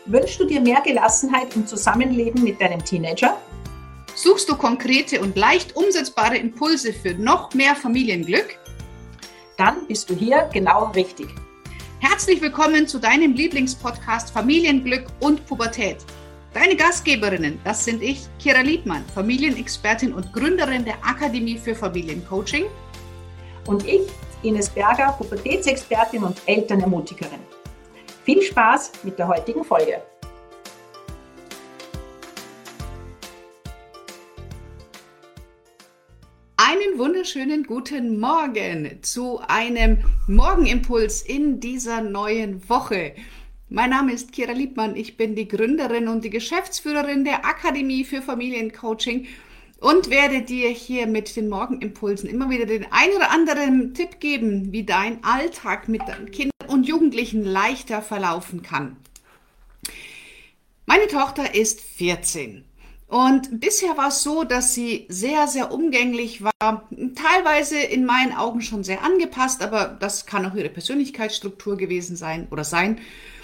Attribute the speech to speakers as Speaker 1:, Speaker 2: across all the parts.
Speaker 1: Wünschst du dir mehr Gelassenheit im Zusammenleben mit deinem Teenager?
Speaker 2: Suchst du konkrete und leicht umsetzbare Impulse für noch mehr Familienglück?
Speaker 1: Dann bist du hier genau richtig.
Speaker 2: Herzlich willkommen zu deinem Lieblingspodcast Familienglück und Pubertät. Deine Gastgeberinnen, das sind ich, Kira Liebmann, Familienexpertin und Gründerin der Akademie für Familiencoaching.
Speaker 1: Und ich, Ines Berger, Pubertätsexpertin und Elternermutigerin. Viel Spaß mit der heutigen Folge.
Speaker 2: Einen wunderschönen guten Morgen zu einem Morgenimpuls in dieser neuen Woche. Mein Name ist Kira Liebmann, ich bin die Gründerin und die Geschäftsführerin der Akademie für Familiencoaching und werde dir hier mit den Morgenimpulsen immer wieder den ein oder anderen Tipp geben, wie dein Alltag mit deinen Kindern und Jugendlichen leichter verlaufen kann. Meine Tochter ist 14. Und bisher war es so, dass sie sehr, sehr umgänglich war, teilweise in meinen Augen schon sehr angepasst, aber das kann auch ihre Persönlichkeitsstruktur gewesen sein oder sein.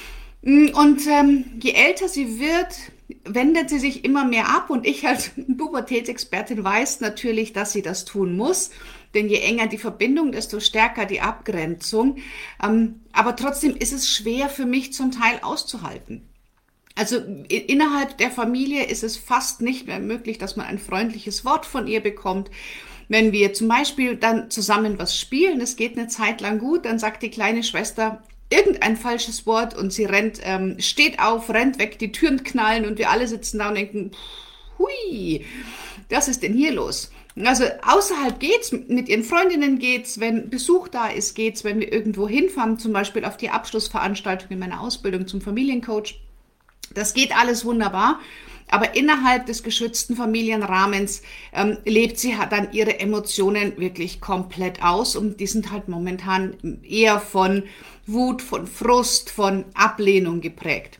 Speaker 2: Und je älter sie wird, wendet sie sich immer mehr ab und ich als Pubertätsexpertin weiß natürlich, dass sie das tun muss, denn je enger die Verbindung, desto stärker die Abgrenzung. Aber trotzdem ist es schwer für mich zum Teil auszuhalten. Also innerhalb der Familie ist es fast nicht mehr möglich, dass man ein freundliches Wort von ihr bekommt. Wenn wir zum Beispiel dann zusammen was spielen, es geht eine Zeit lang gut, dann sagt die kleine Schwester irgendein falsches Wort und sie rennt, steht auf, rennt weg, die Türen knallen und wir alle sitzen da und denken, hui, was ist denn hier los? Also außerhalb geht's, mit ihren Freundinnen geht's, wenn Besuch da ist, geht's, wenn wir irgendwo hinfahren, zum Beispiel auf die Abschlussveranstaltung in meiner Ausbildung zum Familiencoach. Das geht alles wunderbar, aber innerhalb des geschützten Familienrahmens lebt sie dann ihre Emotionen wirklich komplett aus und die sind halt momentan eher von Wut, von Frust, von Ablehnung geprägt.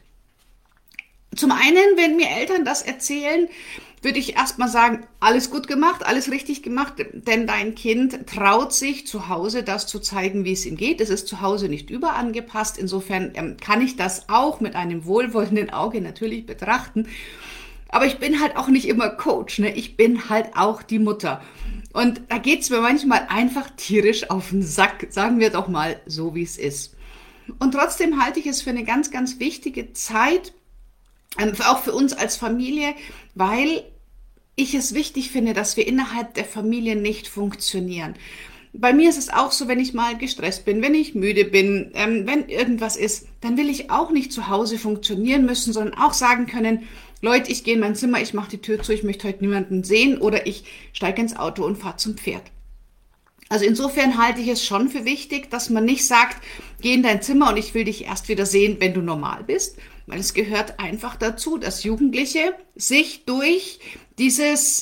Speaker 2: Zum einen, wenn mir Eltern das erzählen, würde ich erstmal sagen, alles gut gemacht, alles richtig gemacht, denn dein Kind traut sich zu Hause das zu zeigen, wie es ihm geht. Es ist zu Hause nicht überangepasst. Insofern kann ich das auch mit einem wohlwollenden Auge natürlich betrachten. Aber ich bin halt auch nicht immer Coach, ne? Ich bin halt auch die Mutter. Und da geht's mir manchmal einfach tierisch auf den Sack, sagen wir doch mal so, wie es ist. Und trotzdem halte ich es für eine ganz, ganz wichtige Zeit, auch für uns als Familie, weil ich es wichtig finde, dass wir innerhalb der Familie nicht funktionieren. Bei mir ist es auch so, wenn ich mal gestresst bin, wenn ich müde bin, wenn irgendwas ist, dann will ich auch nicht zu Hause funktionieren müssen, sondern auch sagen können, Leute, ich gehe in mein Zimmer, ich mache die Tür zu, ich möchte heute niemanden sehen oder ich steige ins Auto und fahre zum Pferd. Also insofern halte ich es schon für wichtig, dass man nicht sagt, geh in dein Zimmer und ich will dich erst wieder sehen, wenn du normal bist, weil es gehört einfach dazu, dass Jugendliche sich durch dieses,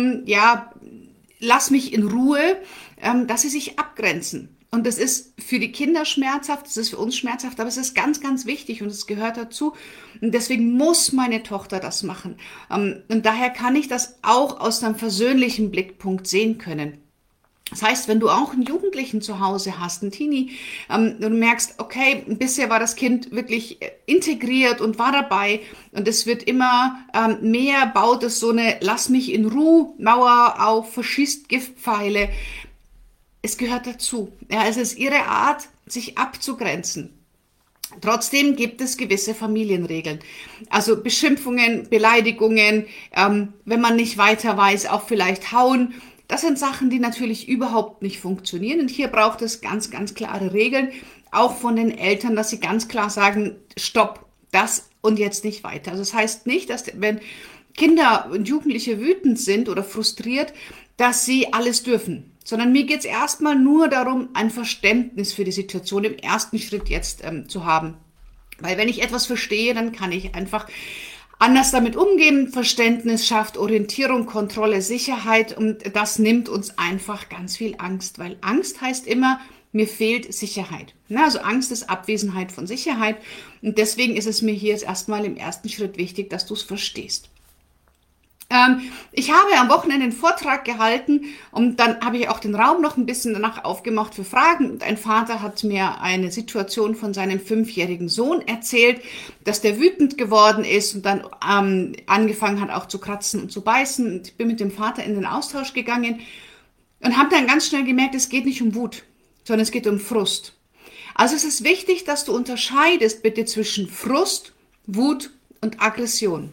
Speaker 2: lass mich in Ruhe, dass sie sich abgrenzen. Und das ist für die Kinder schmerzhaft, das ist für uns schmerzhaft, aber es ist ganz, ganz wichtig und es gehört dazu. Und deswegen muss meine Tochter das machen. Und daher kann ich das auch aus einem persönlichen Blickpunkt sehen können. Das heißt, wenn du auch einen Jugendlichen zu Hause hast, einen Teenie, und du merkst, okay, bisher war das Kind wirklich integriert und war dabei und es wird immer mehr, baut es so eine Lass mich in Ruhe Mauer auf, verschießt Giftpfeile. Es gehört dazu. Ja, es ist ihre Art, sich abzugrenzen. Trotzdem gibt es gewisse Familienregeln. Also Beschimpfungen, Beleidigungen, wenn man nicht weiter weiß, auch vielleicht hauen. Das sind Sachen, die natürlich überhaupt nicht funktionieren. Und hier braucht es ganz, ganz klare Regeln, auch von den Eltern, dass sie ganz klar sagen, stopp, das und jetzt nicht weiter. Also das heißt nicht, dass wenn Kinder und Jugendliche wütend sind oder frustriert, dass sie alles dürfen. Sondern mir geht es erstmal nur darum, ein Verständnis für die Situation im ersten Schritt jetzt zu haben. Weil wenn ich etwas verstehe, dann kann ich einfach anders damit umgehen. Verständnis schafft Orientierung, Kontrolle, Sicherheit und das nimmt uns einfach ganz viel Angst, weil Angst heißt immer, mir fehlt Sicherheit. Also Angst ist Abwesenheit von Sicherheit und deswegen ist es mir hier jetzt erstmal im ersten Schritt wichtig, dass du es verstehst. Ich habe am Wochenende einen Vortrag gehalten und dann habe ich auch den Raum noch ein bisschen danach aufgemacht für Fragen. Und ein Vater hat mir eine Situation von seinem 5-jährigen Sohn erzählt, dass der wütend geworden ist und dann angefangen hat auch zu kratzen und zu beißen. Und ich bin mit dem Vater in den Austausch gegangen und habe dann ganz schnell gemerkt, es geht nicht um Wut, sondern es geht um Frust. Also es ist wichtig, dass du unterscheidest bitte zwischen Frust, Wut und Aggression.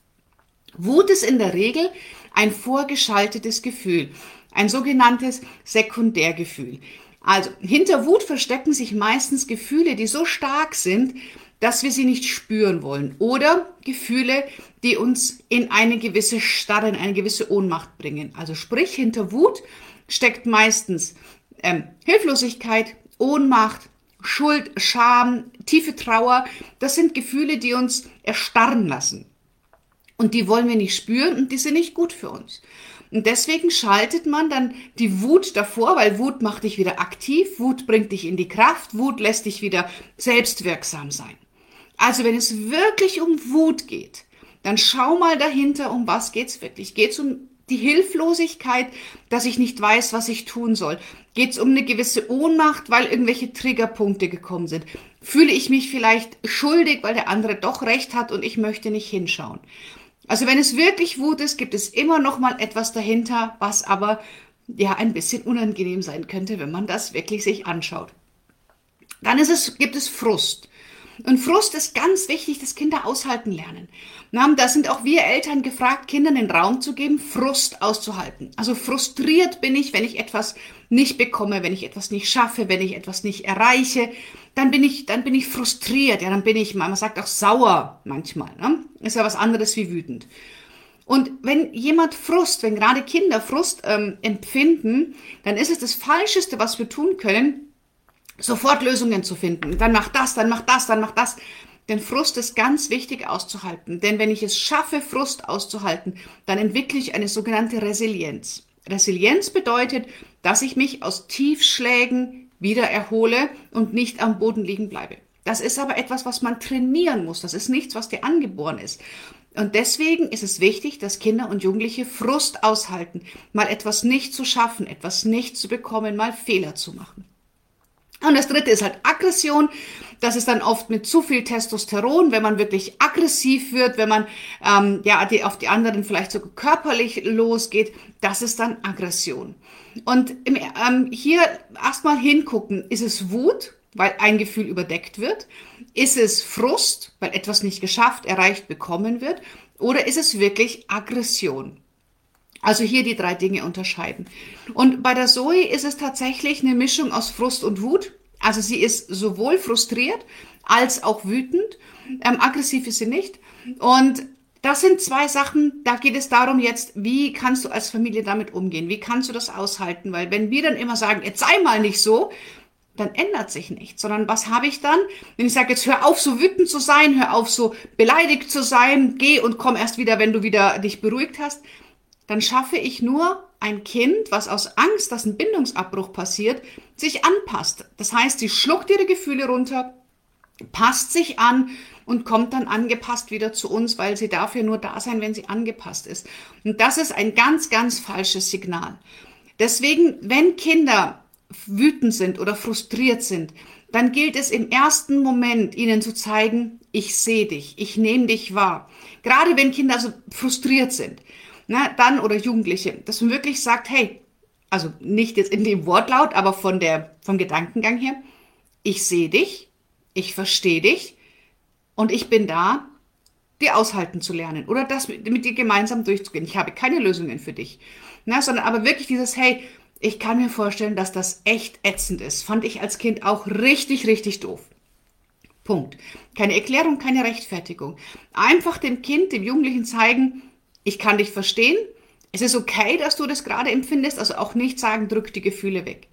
Speaker 2: Wut ist in der Regel ein vorgeschaltetes Gefühl, ein sogenanntes Sekundärgefühl. Also hinter Wut verstecken sich meistens Gefühle, die so stark sind, dass wir sie nicht spüren wollen, oder Gefühle, die uns in eine gewisse Starre, in eine gewisse Ohnmacht bringen. Also sprich, hinter Wut steckt meistens Hilflosigkeit, Ohnmacht, Schuld, Scham, tiefe Trauer. Das sind Gefühle, die uns erstarren lassen. Und die wollen wir nicht spüren und die sind nicht gut für uns. Und deswegen schaltet man dann die Wut davor, weil Wut macht dich wieder aktiv, Wut bringt dich in die Kraft, Wut lässt dich wieder selbstwirksam sein. Also wenn es wirklich um Wut geht, dann schau mal dahinter, um was geht's wirklich? Geht's um die Hilflosigkeit, dass ich nicht weiß, was ich tun soll? Geht's um eine gewisse Ohnmacht, weil irgendwelche Triggerpunkte gekommen sind? Fühle ich mich vielleicht schuldig, weil der andere doch recht hat und ich möchte nicht hinschauen? Also wenn es wirklich Wut ist, gibt es immer noch mal etwas dahinter, was aber ja ein bisschen unangenehm sein könnte, wenn man das wirklich sich anschaut. Dann gibt es Frust. Und Frust ist ganz wichtig, dass Kinder aushalten lernen. Da sind auch wir Eltern gefragt, Kindern den Raum zu geben, Frust auszuhalten. Also frustriert bin ich, wenn ich etwas nicht bekomme, wenn ich etwas nicht schaffe, wenn ich etwas nicht erreiche, dann bin ich frustriert. Ja, dann bin ich, man sagt auch sauer manchmal. Ne? Ist ja was anderes wie wütend. Und wenn wenn gerade Kinder Frust empfinden, dann ist es das Falscheste, was wir tun können, sofort Lösungen zu finden. Dann mach das, dann mach das, dann mach das. Denn Frust ist ganz wichtig auszuhalten. Denn wenn ich es schaffe, Frust auszuhalten, dann entwickle ich eine sogenannte Resilienz. Resilienz bedeutet, dass ich mich aus Tiefschlägen wieder erhole und nicht am Boden liegen bleibe. Das ist aber etwas, was man trainieren muss. Das ist nichts, was dir angeboren ist. Und deswegen ist es wichtig, dass Kinder und Jugendliche Frust aushalten, mal etwas nicht zu schaffen, etwas nicht zu bekommen, mal Fehler zu machen. Und das dritte ist halt Aggression. Das ist dann oft mit zu viel Testosteron, wenn man wirklich aggressiv wird, wenn man auf die anderen vielleicht sogar körperlich losgeht. Das ist dann Aggression. Und hier erstmal hingucken, ist es Wut, weil ein Gefühl überdeckt wird? Ist es Frust, weil etwas nicht geschafft, erreicht, bekommen wird? Oder ist es wirklich Aggression? Also hier die 3 Dinge unterscheiden. Und bei der Zoe ist es tatsächlich eine Mischung aus Frust und Wut. Also sie ist sowohl frustriert als auch wütend. Aggressiv ist sie nicht. Und das sind 2 Sachen, da geht es darum jetzt, wie kannst du als Familie damit umgehen? Wie kannst du das aushalten? Weil wenn wir dann immer sagen, jetzt sei mal nicht so, dann ändert sich nichts. Sondern was habe ich dann? Wenn ich sage, jetzt hör auf, so wütend zu sein, hör auf, so beleidigt zu sein, geh und komm erst wieder, wenn du wieder dich beruhigt hast, dann schaffe ich nur ein Kind, was aus Angst, dass ein Bindungsabbruch passiert, sich anpasst. Das heißt, sie schluckt ihre Gefühle runter, passt sich an und kommt dann angepasst wieder zu uns, weil sie darf ja nur da sein, wenn sie angepasst ist. Und das ist ein ganz, ganz falsches Signal. Deswegen, wenn Kinder wütend sind oder frustriert sind, dann gilt es im ersten Moment, ihnen zu zeigen, ich sehe dich, ich nehme dich wahr. Gerade wenn Kinder also frustriert sind. Dann oder Jugendliche, dass man wirklich sagt, hey, also nicht jetzt in dem Wortlaut, aber vom Gedankengang her, ich sehe dich, ich verstehe dich und ich bin da, dir aushalten zu lernen oder das mit dir gemeinsam durchzugehen. Ich habe keine Lösungen für dich, sondern aber wirklich dieses, hey, ich kann mir vorstellen, dass das echt ätzend ist. Fand ich als Kind auch richtig, richtig doof. Punkt. Keine Erklärung, keine Rechtfertigung. Einfach dem Kind, dem Jugendlichen zeigen, ich kann dich verstehen. Es ist okay, dass du das gerade empfindest. Also auch nicht sagen, drück die Gefühle weg.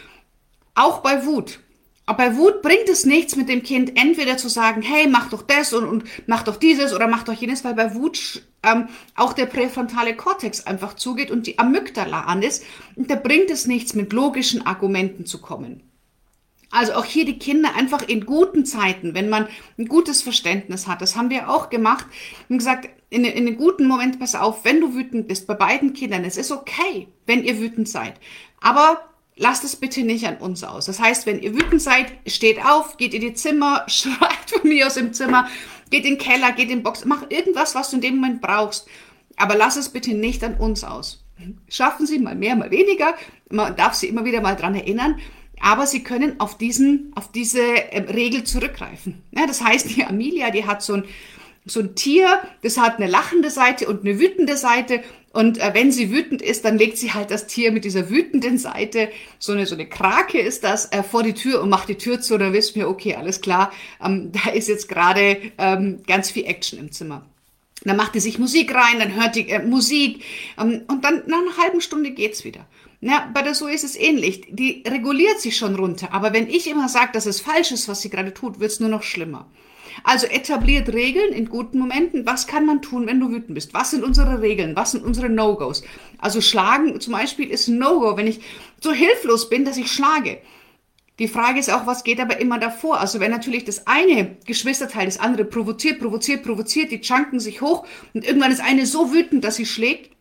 Speaker 2: Auch bei Wut. Aber bei Wut bringt es nichts mit dem Kind entweder zu sagen, hey, mach doch das und mach doch dieses oder mach doch jenes, weil bei Wut auch der präfrontale Kortex einfach zugeht und die Amygdala an ist. Und da bringt es nichts, mit logischen Argumenten zu kommen. Also auch hier die Kinder einfach in guten Zeiten, wenn man ein gutes Verständnis hat, das haben wir auch gemacht, und gesagt, in einem guten Moment, pass auf, wenn du wütend bist, bei beiden Kindern, es ist okay, wenn ihr wütend seid. Aber lasst es bitte nicht an uns aus. Das heißt, wenn ihr wütend seid, steht auf, geht in die Zimmer, schreit von mir aus im Zimmer, geht in den Keller, geht in die Box, mach irgendwas, was du in dem Moment brauchst. Aber lass es bitte nicht an uns aus. Schaffen Sie mal mehr, mal weniger. Man darf Sie immer wieder mal dran erinnern. Aber Sie können auf diese Regel zurückgreifen. Ja, das heißt, die Amelia, die hat so ein Tier, das hat eine lachende Seite und eine wütende Seite. Und wenn sie wütend ist, dann legt sie halt das Tier mit dieser wütenden Seite, so eine Krake ist das, vor die Tür und macht die Tür zu. Dann wissen wir, okay, alles klar, da ist jetzt gerade ganz viel Action im Zimmer. Dann macht die sich Musik rein, dann hört die Musik und dann nach einer halben Stunde geht's wieder. Ja, bei der Zoe ist es ähnlich. Die reguliert sich schon runter. Aber wenn ich immer sage, dass es falsch ist, was sie gerade tut, wird's nur noch schlimmer. Also etabliert Regeln in guten Momenten. Was kann man tun, wenn du wütend bist? Was sind unsere Regeln? Was sind unsere No-Gos? Also schlagen zum Beispiel ist ein No-Go, wenn ich so hilflos bin, dass ich schlage. Die Frage ist auch, was geht aber immer davor? Also wenn natürlich das eine Geschwisterteil das andere provoziert, die junken sich hoch und irgendwann ist eine so wütend, dass sie schlägt,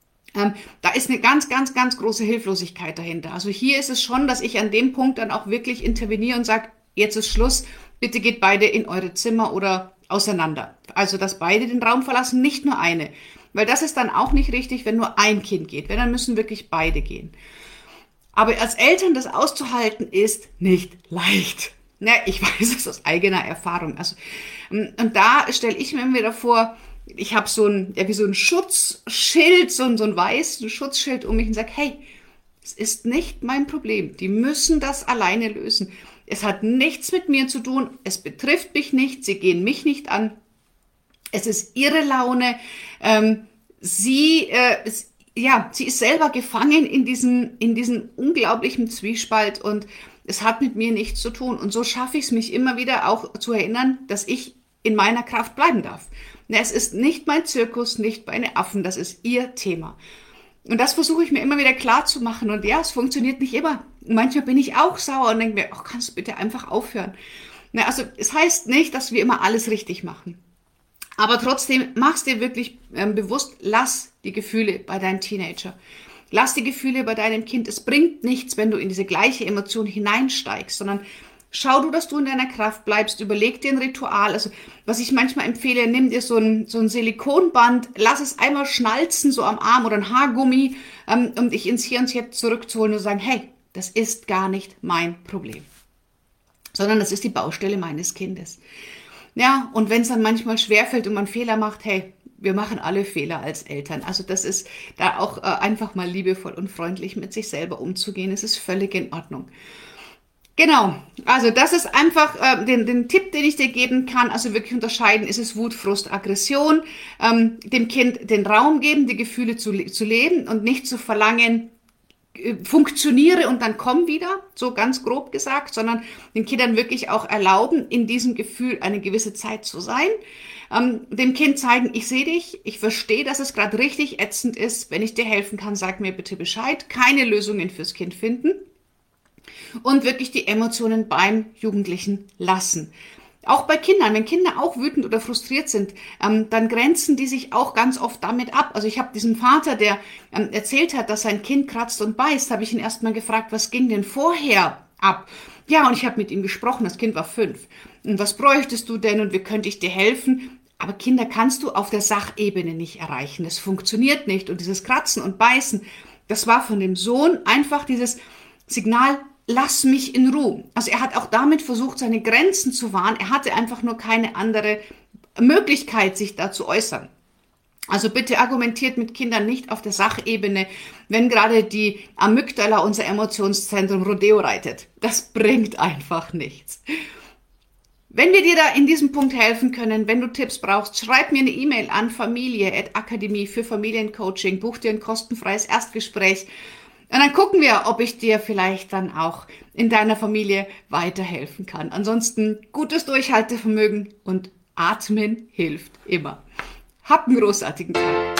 Speaker 2: da ist eine ganz, ganz, ganz große Hilflosigkeit dahinter. Also hier ist es schon, dass ich an dem Punkt dann auch wirklich interveniere und sage, jetzt ist Schluss, bitte geht beide in eure Zimmer oder auseinander. Also, dass beide den Raum verlassen, nicht nur eine. Weil das ist dann auch nicht richtig, wenn nur ein Kind geht. Wenn, dann müssen wirklich beide gehen. Aber als Eltern das auszuhalten, ist nicht leicht. Ja, ich weiß es aus eigener Erfahrung. Also, und da stelle ich mir immer wieder vor, ich habe wie so ein Schutzschild, so ein weißes Schutzschild um mich und sage, hey, es ist nicht mein Problem. Die müssen das alleine lösen. Es hat nichts mit mir zu tun. Es betrifft mich nicht. Sie gehen mich nicht an. Es ist ihre Laune. Sie ist selber gefangen in diesem unglaublichen Zwiespalt und es hat mit mir nichts zu tun. Und so schaffe ich es, mich immer wieder auch zu erinnern, dass ich in meiner Kraft bleiben darf. Es ist nicht mein Zirkus, nicht meine Affen, das ist ihr Thema. Und das versuche ich mir immer wieder klar zu machen. Und ja, es funktioniert nicht immer. Manchmal bin ich auch sauer und denke mir, kannst du bitte einfach aufhören? Also es heißt nicht, dass wir immer alles richtig machen. Aber trotzdem, mach's dir wirklich bewusst, lass die Gefühle bei deinem Teenager. Lass die Gefühle bei deinem Kind. Es bringt nichts, wenn du in diese gleiche Emotion hineinsteigst, sondern schau du, dass du in deiner Kraft bleibst, überleg dir ein Ritual. Also, was ich manchmal empfehle, nimm dir so ein Silikonband, lass es einmal schnalzen, so am Arm oder ein Haargummi, um dich ins Hier und Jetzt zurückzuholen und zu sagen, hey, das ist gar nicht mein Problem, sondern das ist die Baustelle meines Kindes. Ja, und wenn es dann manchmal schwerfällt und man Fehler macht, hey, wir machen alle Fehler als Eltern. Also das ist da auch einfach mal liebevoll und freundlich mit sich selber umzugehen. Es ist völlig in Ordnung. Genau, also das ist einfach den Tipp, den ich dir geben kann. Also wirklich unterscheiden, ist es Wut, Frust, Aggression. Dem Kind den Raum geben, die Gefühle zu leben und nicht zu verlangen, funktioniere und dann komm wieder, so ganz grob gesagt, sondern den Kindern wirklich auch erlauben, in diesem Gefühl eine gewisse Zeit zu sein. Dem Kind zeigen, ich sehe dich, ich verstehe, dass es gerade richtig ätzend ist. Wenn ich dir helfen kann, sag mir bitte Bescheid. Keine Lösungen fürs Kind finden. Und wirklich die Emotionen beim Jugendlichen lassen. Auch bei Kindern, wenn Kinder auch wütend oder frustriert sind, dann grenzen die sich auch ganz oft damit ab. Also ich habe diesen Vater, der erzählt hat, dass sein Kind kratzt und beißt, habe ich ihn erstmal gefragt, was ging denn vorher ab? Ja, und ich habe mit ihm gesprochen, das Kind war 5. Und was bräuchtest du denn und wie könnte ich dir helfen? Aber Kinder kannst du auf der Sachebene nicht erreichen. Das funktioniert nicht. Und dieses Kratzen und Beißen, das war von dem Sohn einfach dieses Signal, lass mich in Ruhe. Also er hat auch damit versucht, seine Grenzen zu wahren. Er hatte einfach nur keine andere Möglichkeit, sich da zu äußern. Also bitte argumentiert mit Kindern nicht auf der Sachebene, wenn gerade die Amygdala, unser Emotionszentrum, Rodeo reitet. Das bringt einfach nichts. Wenn wir dir da in diesem Punkt helfen können, wenn du Tipps brauchst, schreib mir eine E-Mail an familie@akademie für Familiencoaching, buch dir ein kostenfreies Erstgespräch. Und dann gucken wir, ob ich dir vielleicht dann auch in deiner Familie weiterhelfen kann. Ansonsten gutes Durchhaltevermögen und Atmen hilft immer. Hab einen großartigen Tag.